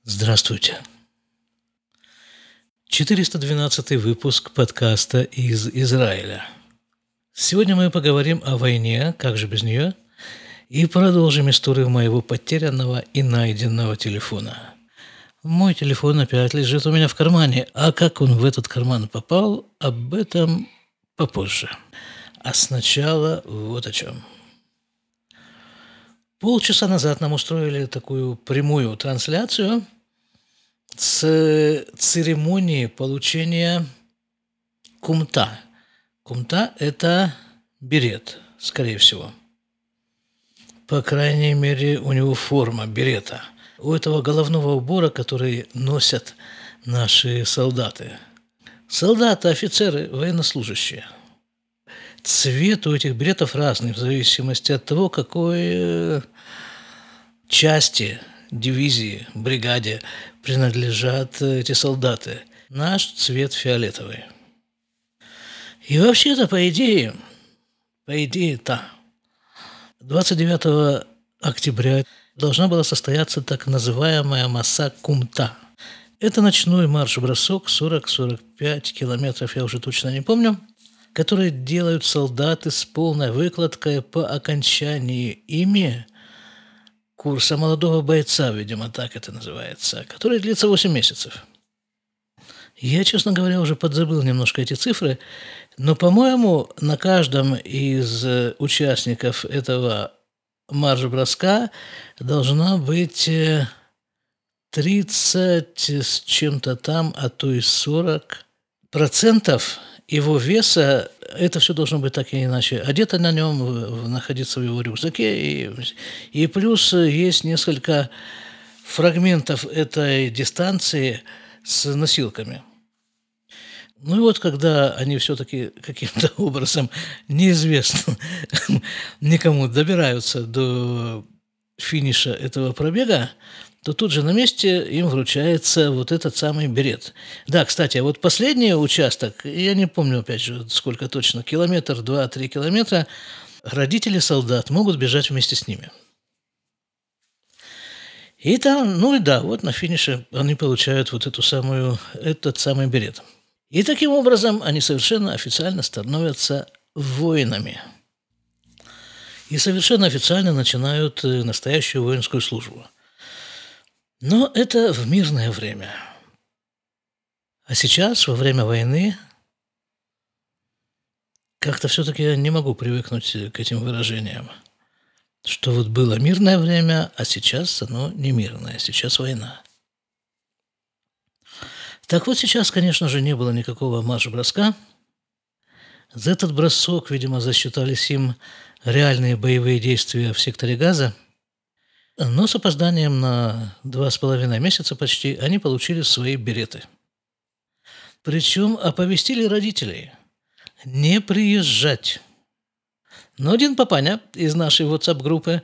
Здравствуйте. 412 выпуск подкаста из Израиля. Сегодня мы поговорим о войне, как же без нее, и продолжим историю моего потерянного и найденного телефона. Мой телефон опять лежит у меня в кармане, а как он в этот карман попал, об этом попозже. А сначала вот о чем. Полчаса назад нам устроили такую прямую трансляцию с церемонии получения кумта. Кумта – это берет, скорее всего. По крайней мере, у него форма берета. У этого головного убора, который носят наши солдаты. Солдаты, офицеры, военнослужащие. Цвет у этих беретов разный, в зависимости от того, какой части, дивизии, бригаде принадлежат эти солдаты. Наш цвет фиолетовый. И вообще-то, по идее, 29 октября должна была состояться так называемая Маса Кумта. Это ночной марш-бросок 40-45 километров, я уже точно не помню, который делают солдаты с полной выкладкой по окончании ими курса молодого бойца, видимо, так это называется, который длится 8 месяцев. Я, честно говоря, уже подзабыл немножко эти цифры, но, по-моему, на каждом из участников этого марш-броска должна быть 30 с чем-то там, а то и 40% его веса. Это все должно быть так или иначе одето на нем, находиться в его рюкзаке. И плюс есть несколько фрагментов этой дистанции с носилками. Ну и вот, когда они все-таки каким-то образом, неизвестно никому, добираются до финиша этого пробега, то тут же на месте им вручается вот этот самый берет. Да, кстати, а вот последний участок, я не помню, опять же, сколько точно, километр, 2-3 километра, родители солдат могут бежать вместе с ними. И там, вот на финише они получают вот этот самый берет. И таким образом они совершенно официально становятся воинами. И совершенно официально начинают настоящую воинскую службу. Но это в мирное время. А сейчас, во время войны, как-то все-таки я не могу привыкнуть к этим выражениям. Что вот было мирное время, а сейчас оно не мирное, сейчас война. Так вот сейчас, конечно же, не было никакого марш-броска. За этот бросок, видимо, засчитались им реальные боевые действия в секторе Газа. Но с опозданием на 2,5 месяца почти они получили свои береты. Причем оповестили родителей не приезжать. Но один папаня из нашей WhatsApp-группы,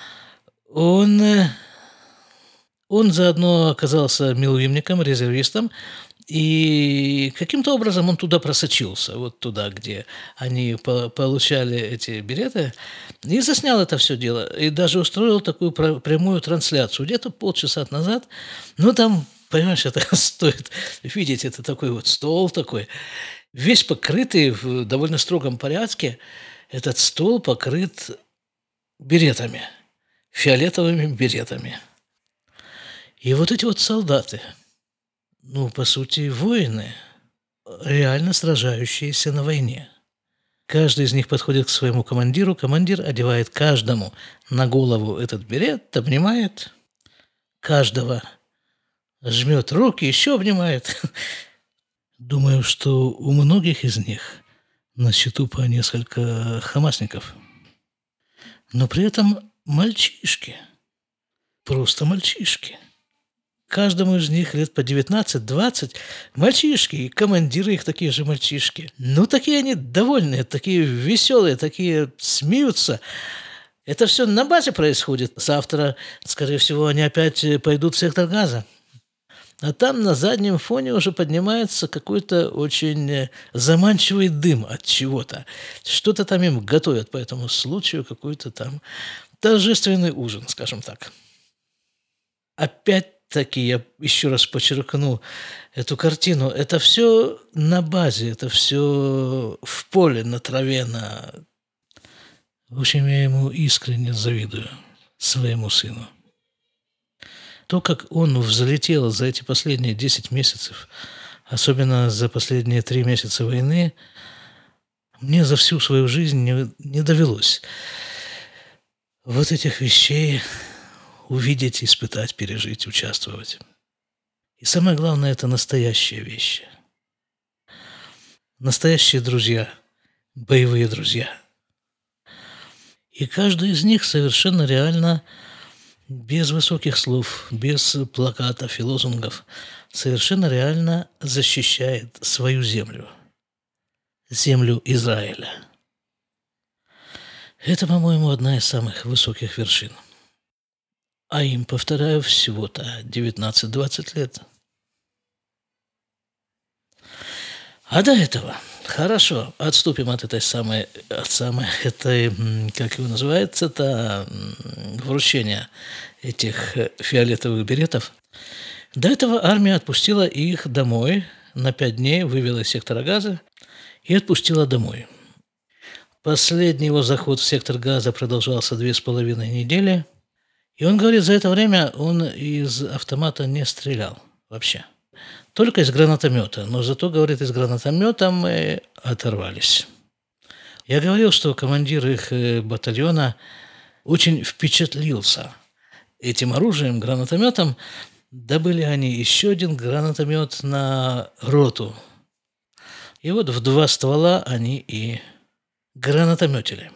он заодно оказался милуимником, резервистом, и каким-то образом он туда просочился, вот туда, где они получали эти береты, и заснял это все дело, и даже устроил такую прямую трансляцию где-то полчаса назад. Ну, там, понимаешь, это стоит видеть, это такой вот стол такой, весь покрытый в довольно строгом порядке, этот стол покрыт беретами, фиолетовыми беретами. И вот эти вот солдаты, по сути, воины, реально сражающиеся на войне. Каждый из них подходит к своему командиру, командир одевает каждому на голову этот берет, обнимает каждого, жмет руки, еще обнимает. Думаю, что у многих из них на счету по несколько хамасников. Но при этом мальчишки, просто мальчишки. Каждому из них лет по 19-20, мальчишки, и командиры их такие же мальчишки. Такие они довольные, такие веселые, такие смеются. Это все на базе происходит. Завтра, скорее всего, они опять пойдут в сектор Газа. А там на заднем фоне уже поднимается какой-то очень заманчивый дым от чего-то. Что-то там им готовят по этому случаю, какой-то там торжественный ужин, скажем так. Опять опять-таки я еще раз подчеркну эту картину. Это все на базе, это все в поле, на траве, на... В общем, я ему искренне завидую, своему сыну. То, как он взлетел за эти последние 10 месяцев, особенно за последние 3 месяца войны, мне за всю свою жизнь не довелось вот этих вещей увидеть, испытать, пережить, участвовать. И самое главное – это настоящие вещи. Настоящие друзья, боевые друзья. И каждый из них совершенно реально, без высоких слов, без плакатов и лозунгов, совершенно реально защищает свою землю. Землю Израиля. Это, по-моему, одна из самых высоких вершин. А им, повторяю, всего-то 19-20 лет. А до этого, хорошо, отступим от этой как его называется-то, вручения этих фиолетовых беретов. До этого армия отпустила их домой на 5 дней, вывела из сектора Газа и отпустила домой. Последний его заход в сектор Газа продолжался 2,5 недели. И он говорит, за это время он из автомата не стрелял вообще. Только из гранатомета. Но зато, говорит, из гранатомета мы оторвались. Я говорил, что командир их батальона очень впечатлился этим оружием, гранатометом. Добыли они еще один гранатомет на роту. И вот в 2 ствола они и гранатометили.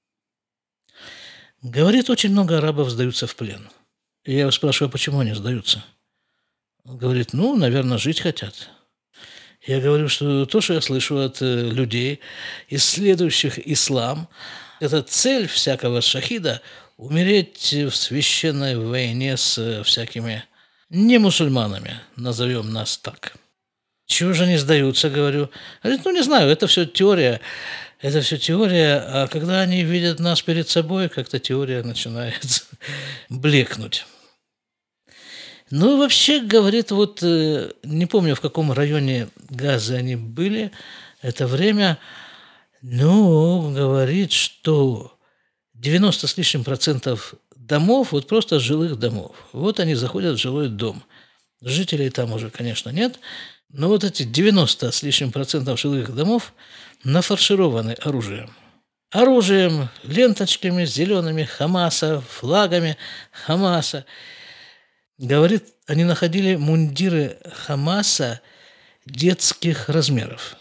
Говорит, очень много арабов сдаются в плен. И я его спрашиваю, почему они сдаются? Он говорит, наверное, жить хотят. Я говорю, что то, что я слышу от людей, исследующих ислам, это цель всякого шахида – умереть в священной войне с всякими немусульманами, назовем нас так. Чего же они сдаются, говорю. Говорит, не знаю, это все теория. Это все теория, а когда они видят нас перед собой, как-то теория начинает блекнуть. Вообще, говорит, не помню, в каком районе Газа они были, это время, говорит, что 90 с лишним процентов домов, просто жилых домов. Вот они заходят в жилой дом. Жителей там уже, конечно, нет, но эти 90 с лишним процентов жилых домов нафаршированы оружием. Оружием, ленточками зелеными Хамаса, флагами Хамаса. Говорит, они находили мундиры Хамаса детских размеров.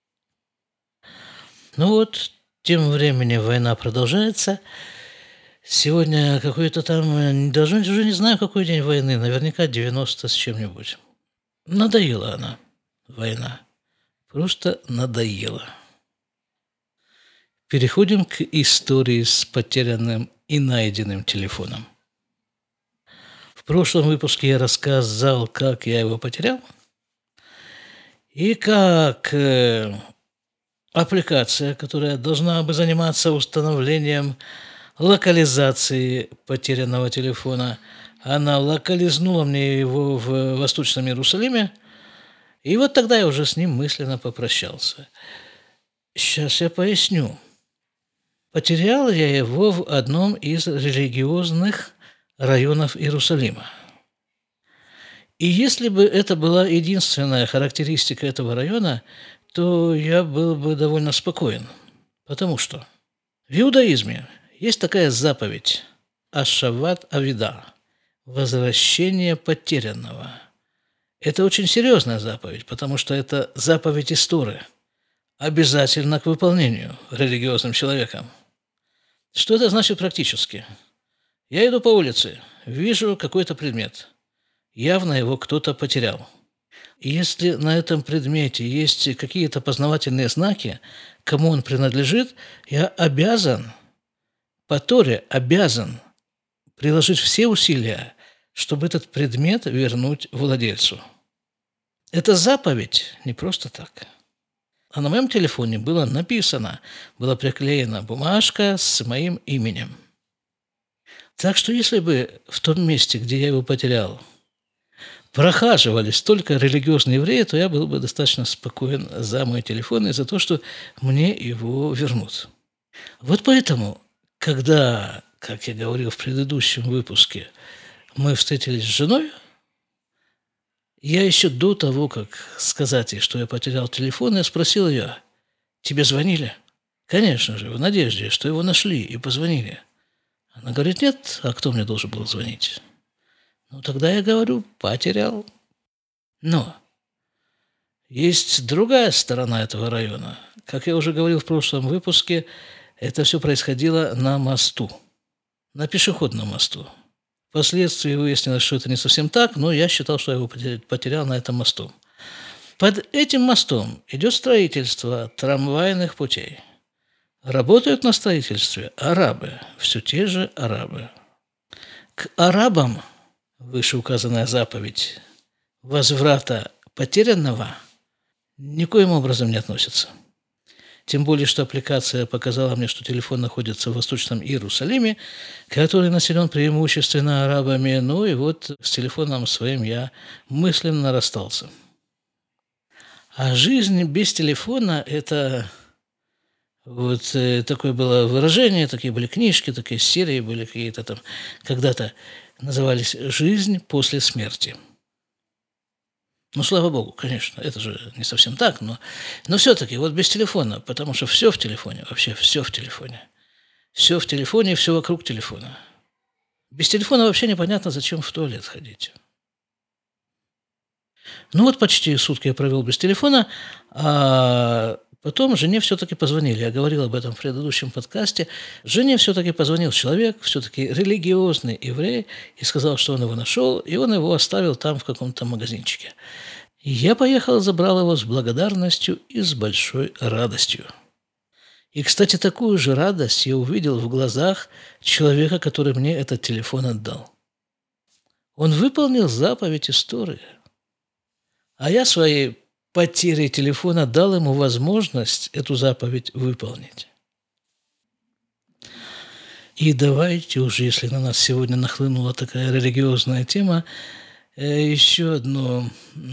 Тем временем война продолжается. Сегодня какой-то там, даже уже не знаю, какой день войны, наверняка 90 с чем-нибудь. Надоела она, война. Просто надоела. Переходим к истории с потерянным и найденным телефоном. В прошлом выпуске я рассказал, как я его потерял, и как аппликация, которая должна бы заниматься установлением локализации потерянного телефона, она локализнула мне его в Восточном Иерусалиме, и тогда я уже с ним мысленно попрощался. Сейчас я поясню. Потерял я его в одном из религиозных районов Иерусалима. И если бы это была единственная характеристика этого района, то я был бы довольно спокоен. Потому что в иудаизме есть такая заповедь «Ашават Авида» – «Возвращение потерянного». Это очень серьезная заповедь, потому что это заповедь из Торы, обязательно к выполнению религиозным человеком. Что это значит практически? Я иду по улице, вижу какой-то предмет. Явно его кто-то потерял. И если на этом предмете есть какие-то познавательные знаки, кому он принадлежит, я обязан, по Торе обязан приложить все усилия, чтобы этот предмет вернуть владельцу. Это заповедь не просто так. А на моем телефоне было написано, была приклеена бумажка с моим именем. Так что если бы в том месте, где я его потерял, прохаживались только религиозные евреи, то я был бы достаточно спокоен за мой телефон и за то, что мне его вернут. Вот поэтому, когда, как я говорил в предыдущем выпуске, мы встретились с женой, я еще до того, как сказать ей, что я потерял телефон, я спросил ее: «Тебе звонили?» Конечно же, в надежде, что его нашли и позвонили. Она говорит: «Нет, а кто мне должен был звонить?» Ну, тогда я говорю: «Потерял». Но есть другая сторона этого района. Как я уже говорил в прошлом выпуске, это все происходило на мосту, на пешеходном мосту. Впоследствии выяснилось, что это не совсем так, но я считал, что я его потерял на этом мосту. Под этим мостом идет строительство трамвайных путей. Работают на строительстве арабы, все те же арабы. К арабам вышеуказанная заповедь возврата потерянного никоим образом не относится. Тем более, что аппликация показала мне, что телефон находится в Восточном Иерусалиме, который населен преимущественно арабами. Ну и вот с телефоном своим я мысленно расстался. А жизнь без телефона – это вот такое было выражение, такие были книжки, такие серии были какие-то там, когда-то назывались «Жизнь после смерти». Ну, слава богу, конечно, это же не совсем так, но все-таки вот без телефона, потому что все в телефоне, вообще все в телефоне. Все в телефоне и все вокруг телефона. Без телефона вообще непонятно, зачем в туалет ходить. Ну вот почти сутки я провел без телефона, а потом жене все-таки позвонили. Я говорил об этом в предыдущем подкасте. Жене все-таки позвонил человек, все-таки религиозный еврей, и сказал, что он его нашел, и он его оставил там в каком-то магазинчике. И я поехал, забрал его с благодарностью и с большой радостью. И, кстати, такую же радость я увидел в глазах человека, который мне этот телефон отдал. Он выполнил заповедь истории, а я своей потерей телефона дал ему возможность эту заповедь выполнить. И давайте уже, если на нас сегодня нахлынула такая религиозная тема, еще одну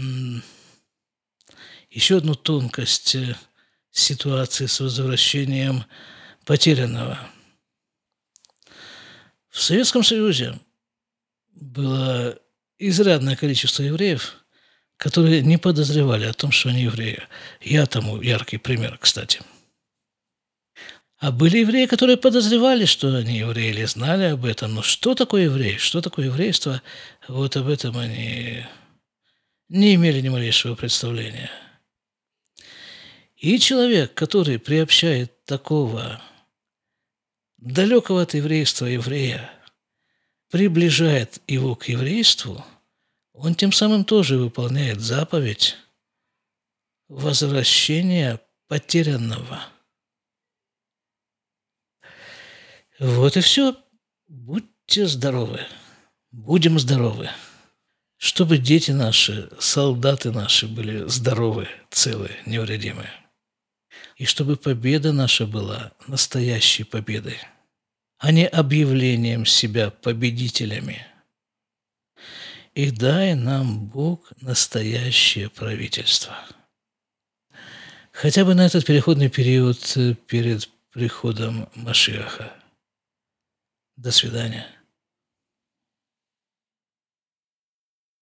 тонкость ситуации с возвращением потерянного. В Советском Союзе было изрядное количество евреев, которые не подозревали о том, что они евреи. Я тому яркий пример, кстати. А были евреи, которые подозревали, что они евреи, или знали об этом. Но что такое еврей, что такое еврейство, вот об этом они не имели ни малейшего представления. И человек, который приобщает такого далекого от еврейства еврея, приближает его к еврейству, он тем самым тоже выполняет заповедь возвращения потерянного. Вот и все. Будьте здоровы. Будем здоровы. Чтобы дети наши, солдаты наши были здоровы, целы, невредимы. И чтобы победа наша была настоящей победой, а не объявлением себя победителями. И дай нам, Бог, настоящее правительство. Хотя бы на этот переходный период перед приходом Машиаха. До свидания.